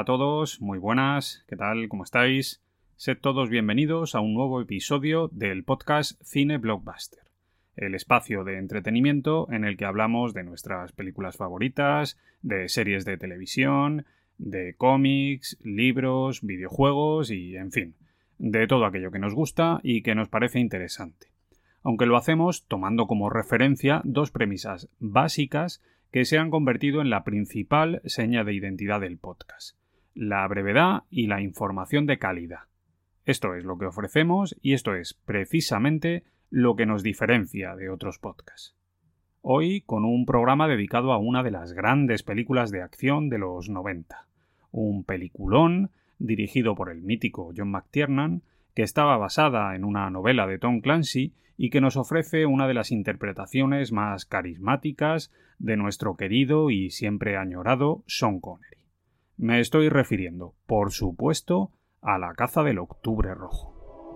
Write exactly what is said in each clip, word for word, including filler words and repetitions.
todos, muy buenas, ¿qué tal? ¿Cómo estáis? Sed todos bienvenidos a un nuevo episodio del podcast Cine Blockbuster, el espacio de entretenimiento en el que hablamos de nuestras películas favoritas, de series de televisión, de cómics, libros, videojuegos y, en fin, de todo aquello que nos gusta y que nos parece interesante. Aunque lo hacemos tomando como referencia dos premisas básicas que se han convertido en la principal seña de identidad del podcast: la brevedad y la información de calidad. Esto es lo que ofrecemos y esto es precisamente lo que nos diferencia de otros podcasts. Hoy con un programa dedicado a una de las grandes películas de acción de los noventa. Un peliculón dirigido por el mítico John McTiernan, que estaba basada en una novela de Tom Clancy y que nos ofrece una de las interpretaciones más carismáticas de nuestro querido y siempre añorado Sean Connery. Me estoy refiriendo, por supuesto, a La caza del Octubre Rojo.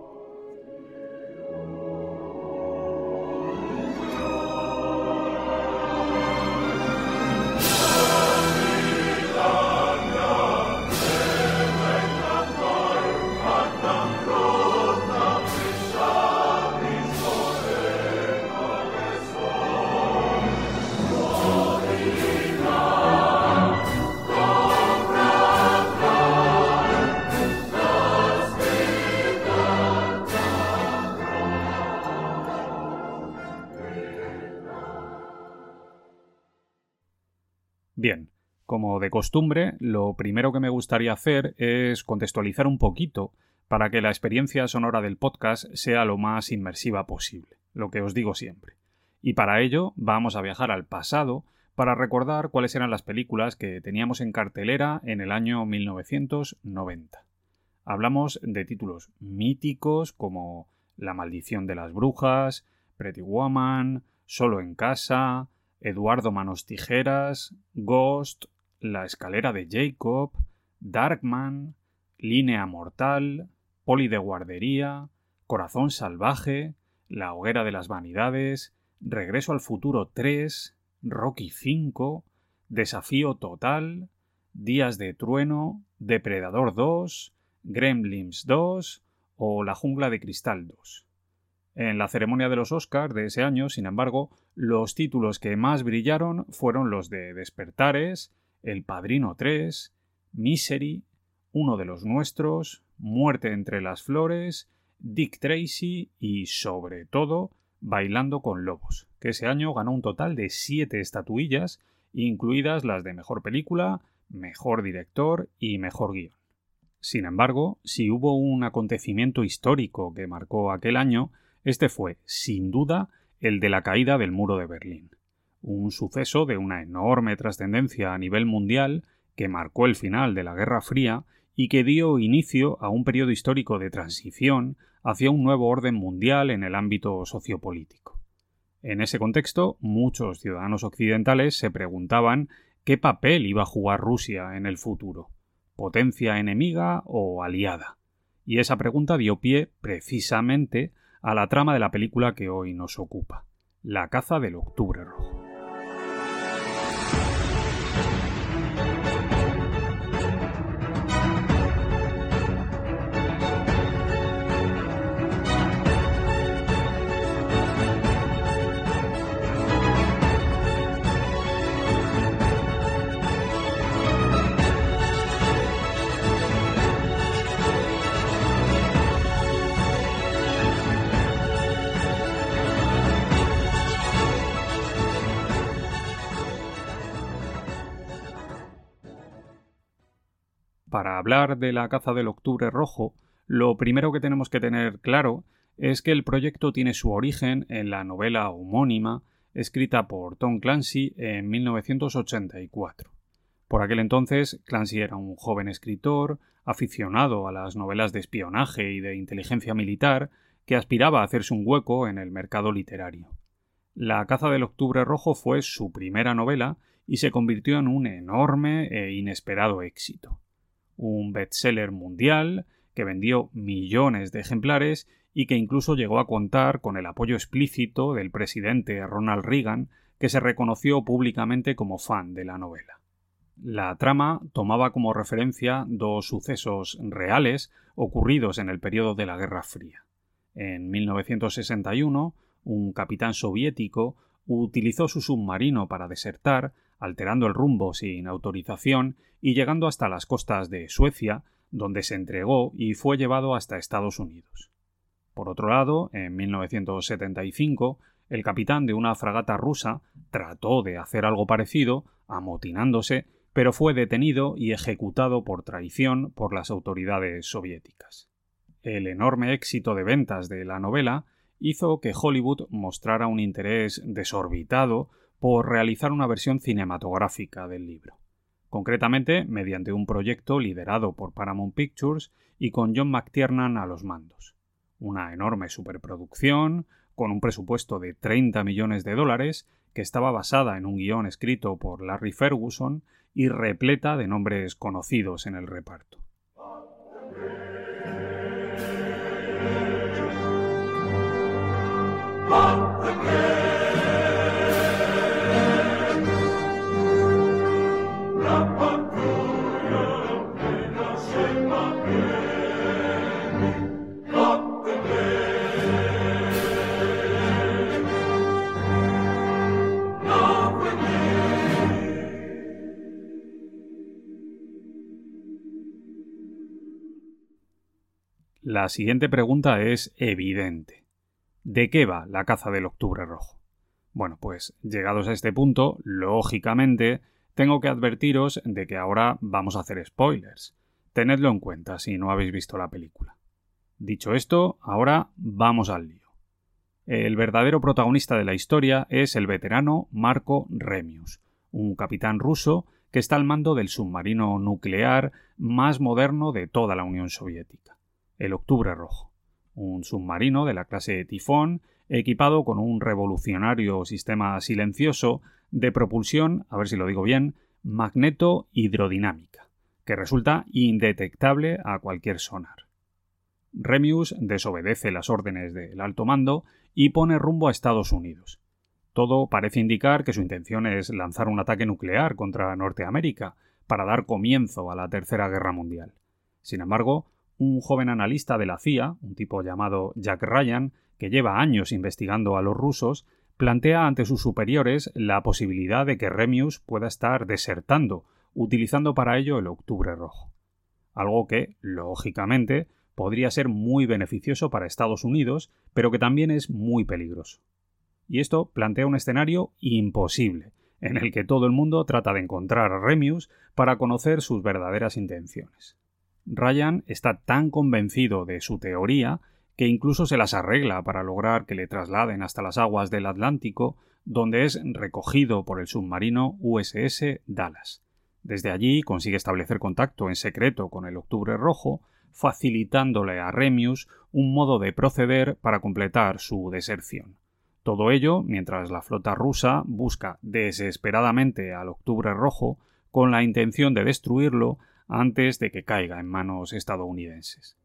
Bien, como de costumbre, lo primero que me gustaría hacer es contextualizar un poquito para que la experiencia sonora del podcast sea lo más inmersiva posible, lo que os digo siempre. Y para ello vamos a viajar al pasado para recordar cuáles eran las películas que teníamos en cartelera en el año mil novecientos noventa. Hablamos de títulos míticos como La maldición de las brujas, Pretty Woman, Solo en casa, Eduardo Manos Tijeras, Ghost, La escalera de Jacob, Darkman, Línea mortal, Poli de guardería, Corazón salvaje, La hoguera de las vanidades, Regreso al futuro tres, Rocky cinco, Desafío total, Días de trueno, Depredador dos, Gremlins dos o La jungla de cristal dos. En la ceremonia de los Oscars de ese año, sin embargo, los títulos que más brillaron fueron los de Despertares, El Padrino tres, Misery, Uno de los nuestros, Muerte entre las flores, Dick Tracy y, sobre todo, Bailando con lobos, que ese año ganó un total de siete estatuillas, incluidas las de Mejor Película, Mejor Director y Mejor Guión. Sin embargo, si hubo un acontecimiento histórico que marcó aquel año, este fue, sin duda, el de la caída del muro de Berlín. Un suceso de una enorme trascendencia a nivel mundial que marcó el final de la Guerra Fría y que dio inicio a un periodo histórico de transición hacia un nuevo orden mundial en el ámbito sociopolítico. En ese contexto, muchos ciudadanos occidentales se preguntaban qué papel iba a jugar Rusia en el futuro, potencia enemiga o aliada. Y esa pregunta dio pie, precisamente, a la trama de la película que hoy nos ocupa, La caza del Octubre Rojo. Para hablar de La caza del Octubre Rojo, lo primero que tenemos que tener claro es que el proyecto tiene su origen en la novela homónima escrita por Tom Clancy en mil novecientos ochenta y cuatro. Por aquel entonces, Clancy era un joven escritor, aficionado a las novelas de espionaje y de inteligencia militar, que aspiraba a hacerse un hueco en el mercado literario. La caza del Octubre Rojo fue su primera novela y se convirtió en un enorme e inesperado éxito. Un bestseller mundial que vendió millones de ejemplares y que incluso llegó a contar con el apoyo explícito del presidente Ronald Reagan, que se reconoció públicamente como fan de la novela. La trama tomaba como referencia dos sucesos reales ocurridos en el periodo de la Guerra Fría. En mil novecientos sesenta y uno, un capitán soviético utilizó su submarino para desertar, alterando el rumbo sin autorización y llegando hasta las costas de Suecia, donde se entregó y fue llevado hasta Estados Unidos. Por otro lado, en mil novecientos setenta y cinco, el capitán de una fragata rusa trató de hacer algo parecido, amotinándose, pero fue detenido y ejecutado por traición por las autoridades soviéticas. El enorme éxito de ventas de la novela hizo que Hollywood mostrara un interés desorbitado por realizar una versión cinematográfica del libro, concretamente mediante un proyecto liderado por Paramount Pictures y con John McTiernan a los mandos. Una enorme superproducción, con un presupuesto de treinta millones de dólares, que estaba basada en un guión escrito por Larry Ferguson y repleta de nombres conocidos en el reparto. La siguiente pregunta es evidente. ¿De qué va la caza del Octubre Rojo? Bueno, pues llegados a este punto, lógicamente, tengo que advertiros de que ahora vamos a hacer spoilers. Tenedlo en cuenta si no habéis visto la película. Dicho esto, ahora vamos al lío. El verdadero protagonista de la historia es el veterano Marco Remius, un capitán ruso que está al mando del submarino nuclear más moderno de toda la Unión Soviética, el Octubre Rojo, un submarino de la clase Tifón equipado con un revolucionario sistema silencioso de propulsión, a ver si lo digo bien, magneto-hidrodinámica, que resulta indetectable a cualquier sonar. Remius desobedece las órdenes del alto mando y pone rumbo a Estados Unidos. Todo parece indicar que su intención es lanzar un ataque nuclear contra Norteamérica para dar comienzo a la Tercera Guerra Mundial. Sin embargo, un joven analista de la C I A, un tipo llamado Jack Ryan, que lleva años investigando a los rusos, plantea ante sus superiores la posibilidad de que Remius pueda estar desertando, utilizando para ello el Octubre Rojo. Algo que, lógicamente, podría ser muy beneficioso para Estados Unidos, pero que también es muy peligroso. Y esto plantea un escenario imposible, en el que todo el mundo trata de encontrar a Remius para conocer sus verdaderas intenciones. Ryan está tan convencido de su teoría que incluso se las arregla para lograr que le trasladen hasta las aguas del Atlántico, donde es recogido por el submarino U S S Dallas. Desde allí consigue establecer contacto en secreto con el Octubre Rojo, facilitándole a Remius un modo de proceder para completar su deserción. Todo ello mientras la flota rusa busca desesperadamente al Octubre Rojo con la intención de destruirlo antes de que caiga en manos estadounidenses.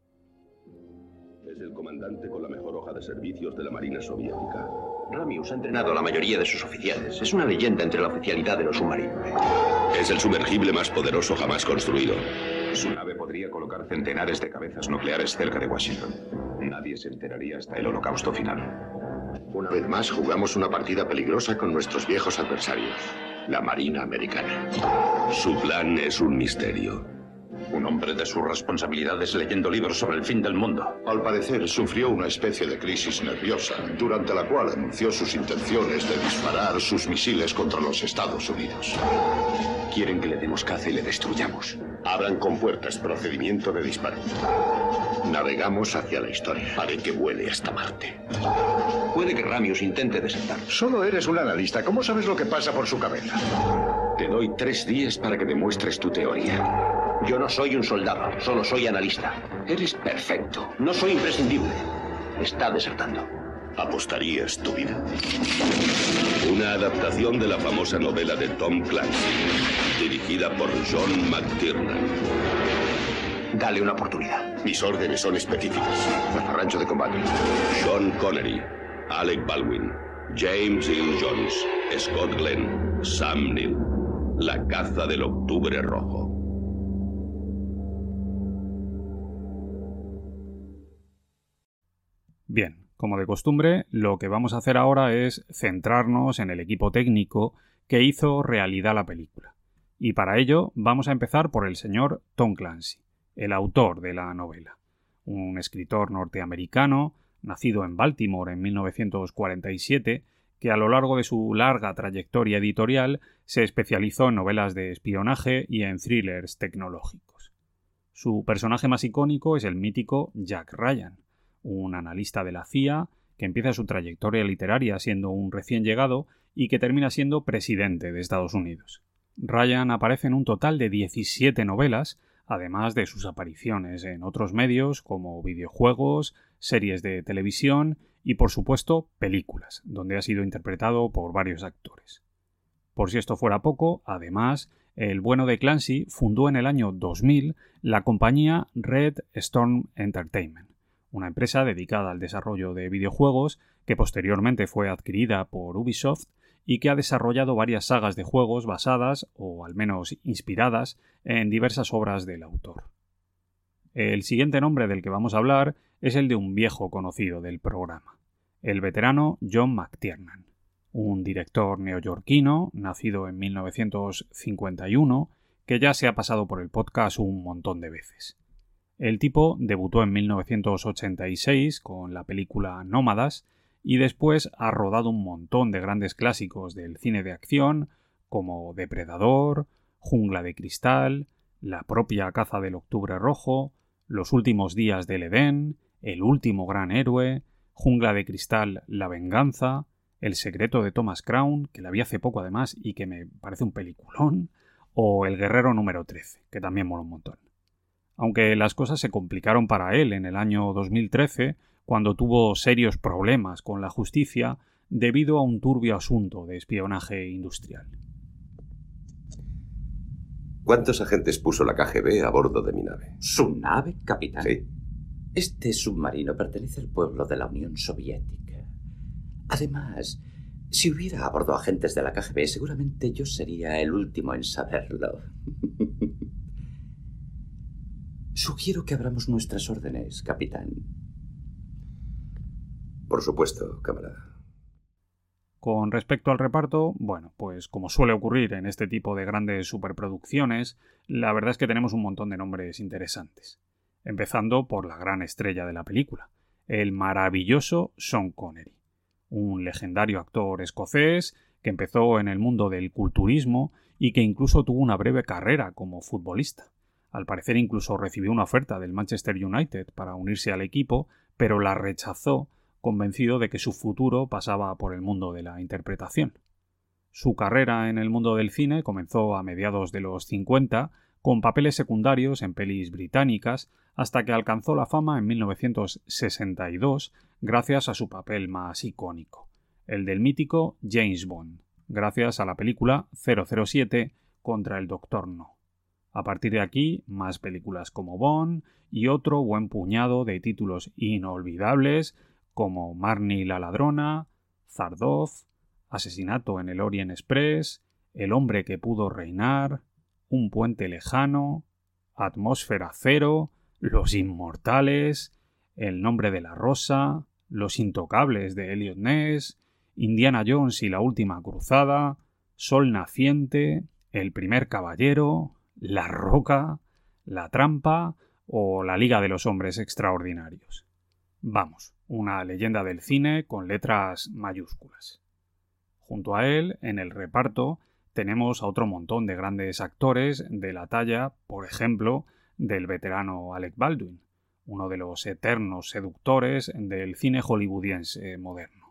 Es el comandante con la mejor hoja de servicios de la Marina Soviética. Remius ha entrenado a la mayoría de sus oficiales. Es una leyenda entre la oficialidad de los submarinos. Es el sumergible más poderoso jamás construido. Su nave podría colocar centenares de cabezas nucleares cerca de Washington. Nadie se enteraría hasta el holocausto final. Una vez más jugamos una partida peligrosa con nuestros viejos adversarios, la Marina Americana. Su plan es un misterio. Un hombre de sus responsabilidades leyendo libros sobre el fin del mundo. Al parecer sufrió una especie de crisis nerviosa, durante la cual anunció sus intenciones de disparar sus misiles contra los Estados Unidos. Quieren que le demos caza y le destruyamos. Abran compuertas, procedimiento de disparo. Navegamos hacia la historia. Haré que vuele hasta Marte. Puede que Remius intente desertar. Solo eres un analista. ¿Cómo sabes lo que pasa por su cabeza? Te doy tres días para que demuestres tu teoría. Yo no soy un soldado, solo soy analista. Eres perfecto. No soy imprescindible. Está desertando. ¿Apostarías tu vida? Una adaptación de la famosa novela de Tom Clancy, dirigida por John McTiernan. Dale una oportunidad. Mis órdenes son específicas. Rancho de combate. Sean Connery, Alec Baldwin, James Earl Jones, Scott Glenn, Sam Neill. La caza del Octubre Rojo. Bien, como de costumbre, lo que vamos a hacer ahora es centrarnos en el equipo técnico que hizo realidad la película. Y para ello vamos a empezar por el señor Tom Clancy, el autor de la novela. Un escritor norteamericano, nacido en Baltimore en mil novecientos cuarenta y siete, que a lo largo de su larga trayectoria editorial se especializó en novelas de espionaje y en thrillers tecnológicos. Su personaje más icónico es el mítico Jack Ryan, un analista de la C I A que empieza su trayectoria literaria siendo un recién llegado y que termina siendo presidente de Estados Unidos. Ryan aparece en un total de diecisiete novelas, además de sus apariciones en otros medios como videojuegos, series de televisión y, por supuesto, películas, donde ha sido interpretado por varios actores. Por si esto fuera poco, además, el bueno de Clancy fundó en el año dos mil la compañía Red Storm Entertainment, una empresa dedicada al desarrollo de videojuegos que posteriormente fue adquirida por Ubisoft y que ha desarrollado varias sagas de juegos basadas, o al menos inspiradas, en diversas obras del autor. El siguiente nombre del que vamos a hablar es el de un viejo conocido del programa, el veterano John McTiernan, un director neoyorquino, nacido en mil novecientos cincuenta y uno, que ya se ha pasado por el podcast un montón de veces. El tipo debutó en mil novecientos ochenta y seis con la película Nómadas y después ha rodado un montón de grandes clásicos del cine de acción como Depredador, Jungla de Cristal, La propia caza del Octubre Rojo, Los últimos días del Edén, El último gran héroe, Jungla de Cristal, La venganza, El secreto de Thomas Crown, que la vi hace poco además y que me parece un peliculón, o El guerrero número trece, que también mola un montón. Aunque las cosas se complicaron para él en el año dos mil trece, cuando tuvo serios problemas con la justicia debido a un turbio asunto de espionaje industrial. ¿Cuántos agentes puso la K G B a bordo de mi nave? ¿Su nave, capitán? Sí. Este submarino pertenece al pueblo de la Unión Soviética. Además, si hubiera a bordo agentes de la K G B, seguramente yo sería el último en saberlo. Sugiero que abramos nuestras órdenes, capitán. Por supuesto, camarada. Con respecto al reparto, bueno, pues como suele ocurrir en este tipo de grandes superproducciones, la verdad es que tenemos un montón de nombres interesantes. Empezando por la gran estrella de la película, el maravilloso Sean Connery, un legendario actor escocés que empezó en el mundo del culturismo y que incluso tuvo una breve carrera como futbolista. Al parecer incluso recibió una oferta del Manchester United para unirse al equipo, pero la rechazó, convencido de que su futuro pasaba por el mundo de la interpretación. Su carrera en el mundo del cine comenzó a mediados de los cincuenta, con papeles secundarios en pelis británicas, hasta que alcanzó la fama en mil novecientos sesenta y dos gracias a su papel más icónico, el del mítico James Bond, gracias a la película cero cero siete contra el Doctor No. A partir de aquí, más películas como Bond y otro buen puñado de títulos inolvidables como Marnie la ladrona, Zardov, Asesinato en el Orient Express, El hombre que pudo reinar, Un puente lejano, Atmósfera cero, Los inmortales, El nombre de la rosa, Los intocables de Elliot Ness, Indiana Jones y la última cruzada, Sol naciente, El primer caballero, La roca, La trampa o La Liga de los hombres extraordinarios. Vamos, una leyenda del cine con letras mayúsculas. Junto a él, en el reparto, tenemos a otro montón de grandes actores de la talla, por ejemplo, del veterano Alec Baldwin, uno de los eternos seductores del cine hollywoodiense moderno.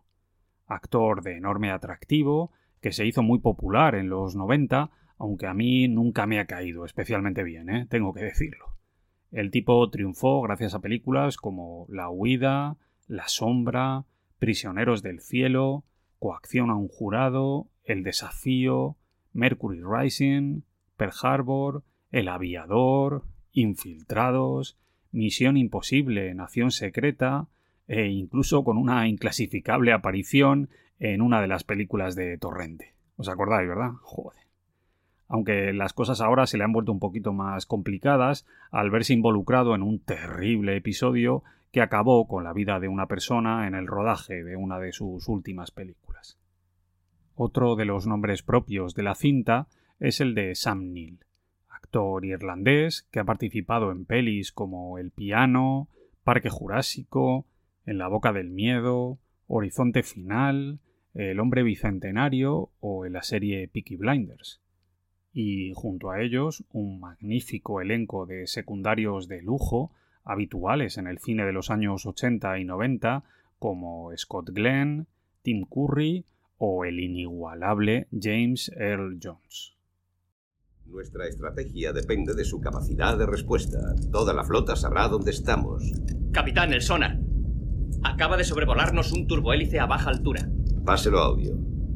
Actor de enorme atractivo, que se hizo muy popular en los noventa, aunque a mí nunca me ha caído especialmente bien, ¿eh? Tengo que decirlo. El tipo triunfó gracias a películas como La huida, La sombra, Prisioneros del cielo, Coacción a un jurado, El desafío, Mercury Rising, Pearl Harbor, El aviador, Infiltrados, Misión imposible, Nación secreta e incluso con una inclasificable aparición en una de las películas de Torrente. ¿Os acordáis, verdad? Joder. aunque las cosas ahora se le han vuelto un poquito más complicadas al verse involucrado en un terrible episodio que acabó con la vida de una persona en el rodaje de una de sus últimas películas. Otro de los nombres propios de la cinta es el de Sam Neill, actor irlandés que ha participado en pelis como El piano, Parque Jurásico, En la boca del miedo, Horizonte final, El hombre bicentenario o en la serie Peaky Blinders. Y junto a ellos un magnífico elenco de secundarios de lujo habituales en el cine de los años ochenta y noventa como Scott Glenn, Tim Curry o el inigualable James Earl Jones. Nuestra estrategia depende de su capacidad de respuesta. Toda la flota sabrá dónde estamos. Capitán, el sonar. Acaba de sobrevolarnos un turbohélice a baja altura. Páselo a audio.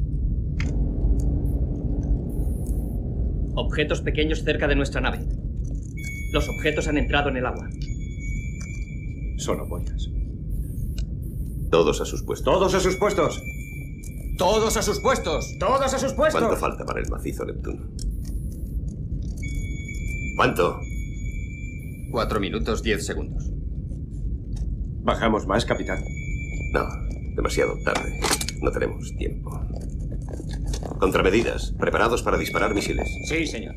Objetos pequeños cerca de nuestra nave. Los objetos han entrado en el agua. Son ovoides. Todos a sus puestos. ¡Todos a sus puestos! ¡Todos a sus puestos! ¡Todos a sus puestos! ¿Cuánto falta para el macizo Neptuno? ¿Cuánto? Cuatro minutos, diez segundos. ¿Bajamos más, capitán? No, demasiado tarde. No tenemos tiempo. Contramedidas. ¿Preparados para disparar misiles? Sí, señor.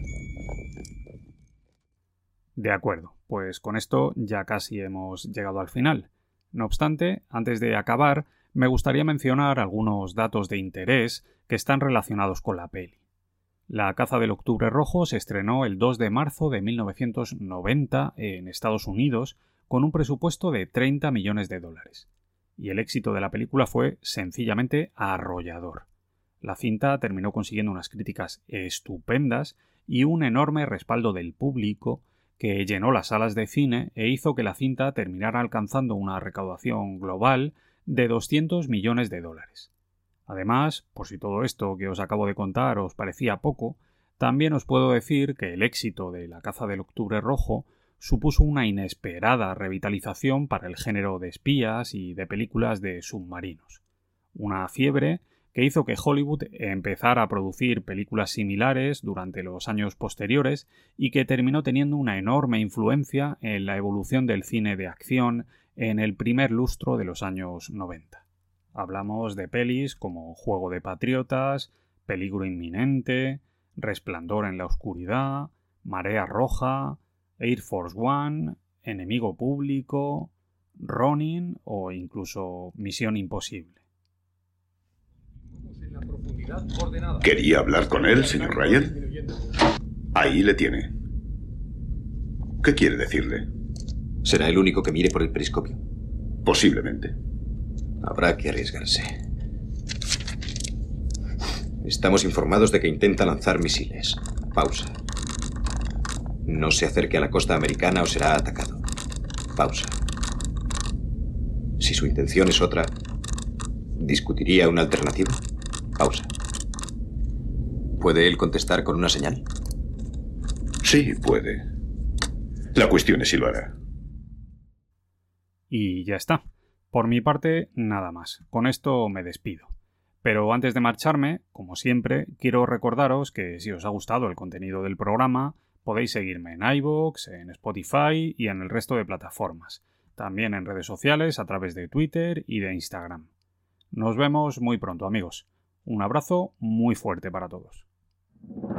De acuerdo, pues con esto ya casi hemos llegado al final. No obstante, antes de acabar, me gustaría mencionar algunos datos de interés que están relacionados con la peli. La caza del Octubre Rojo se estrenó el dos de marzo de mil novecientos noventa en Estados Unidos con un presupuesto de treinta millones de dólares. Y el éxito de la película fue sencillamente arrollador. La cinta terminó consiguiendo unas críticas estupendas y un enorme respaldo del público que llenó las salas de cine e hizo que la cinta terminara alcanzando una recaudación global de doscientos millones de dólares. Además, por si todo esto que os acabo de contar os parecía poco, también os puedo decir que el éxito de La caza del Octubre Rojo supuso una inesperada revitalización para el género de espías y de películas de submarinos. Una fiebre que hizo que Hollywood empezara a producir películas similares durante los años posteriores y que terminó teniendo una enorme influencia en la evolución del cine de acción en el primer lustro de los años noventa. Hablamos de pelis como Juego de Patriotas, Peligro inminente, Resplandor en la oscuridad, Marea roja, Air Force One, Enemigo público, Ronin o incluso Misión imposible. ¿Quería hablar con él, señor Ryan? Ahí le tiene. ¿Qué quiere decirle? ¿Será el único que mire por el periscopio? Posiblemente. Habrá que arriesgarse. Estamos informados de que intenta lanzar misiles. Pausa. No se acerque a la costa americana o será atacado. Pausa. Si su intención es otra, ¿discutiría una alternativa? Pausa. ¿Puede él contestar con una señal? Sí, puede. La cuestión es si lo hará. Y ya está. Por mi parte, nada más. Con esto me despido. Pero antes de marcharme, como siempre, quiero recordaros que si os ha gustado el contenido del programa, podéis seguirme en iVoox, en Spotify y en el resto de plataformas. También en redes sociales a través de Twitter y de Instagram. Nos vemos muy pronto, amigos. Un abrazo muy fuerte para todos.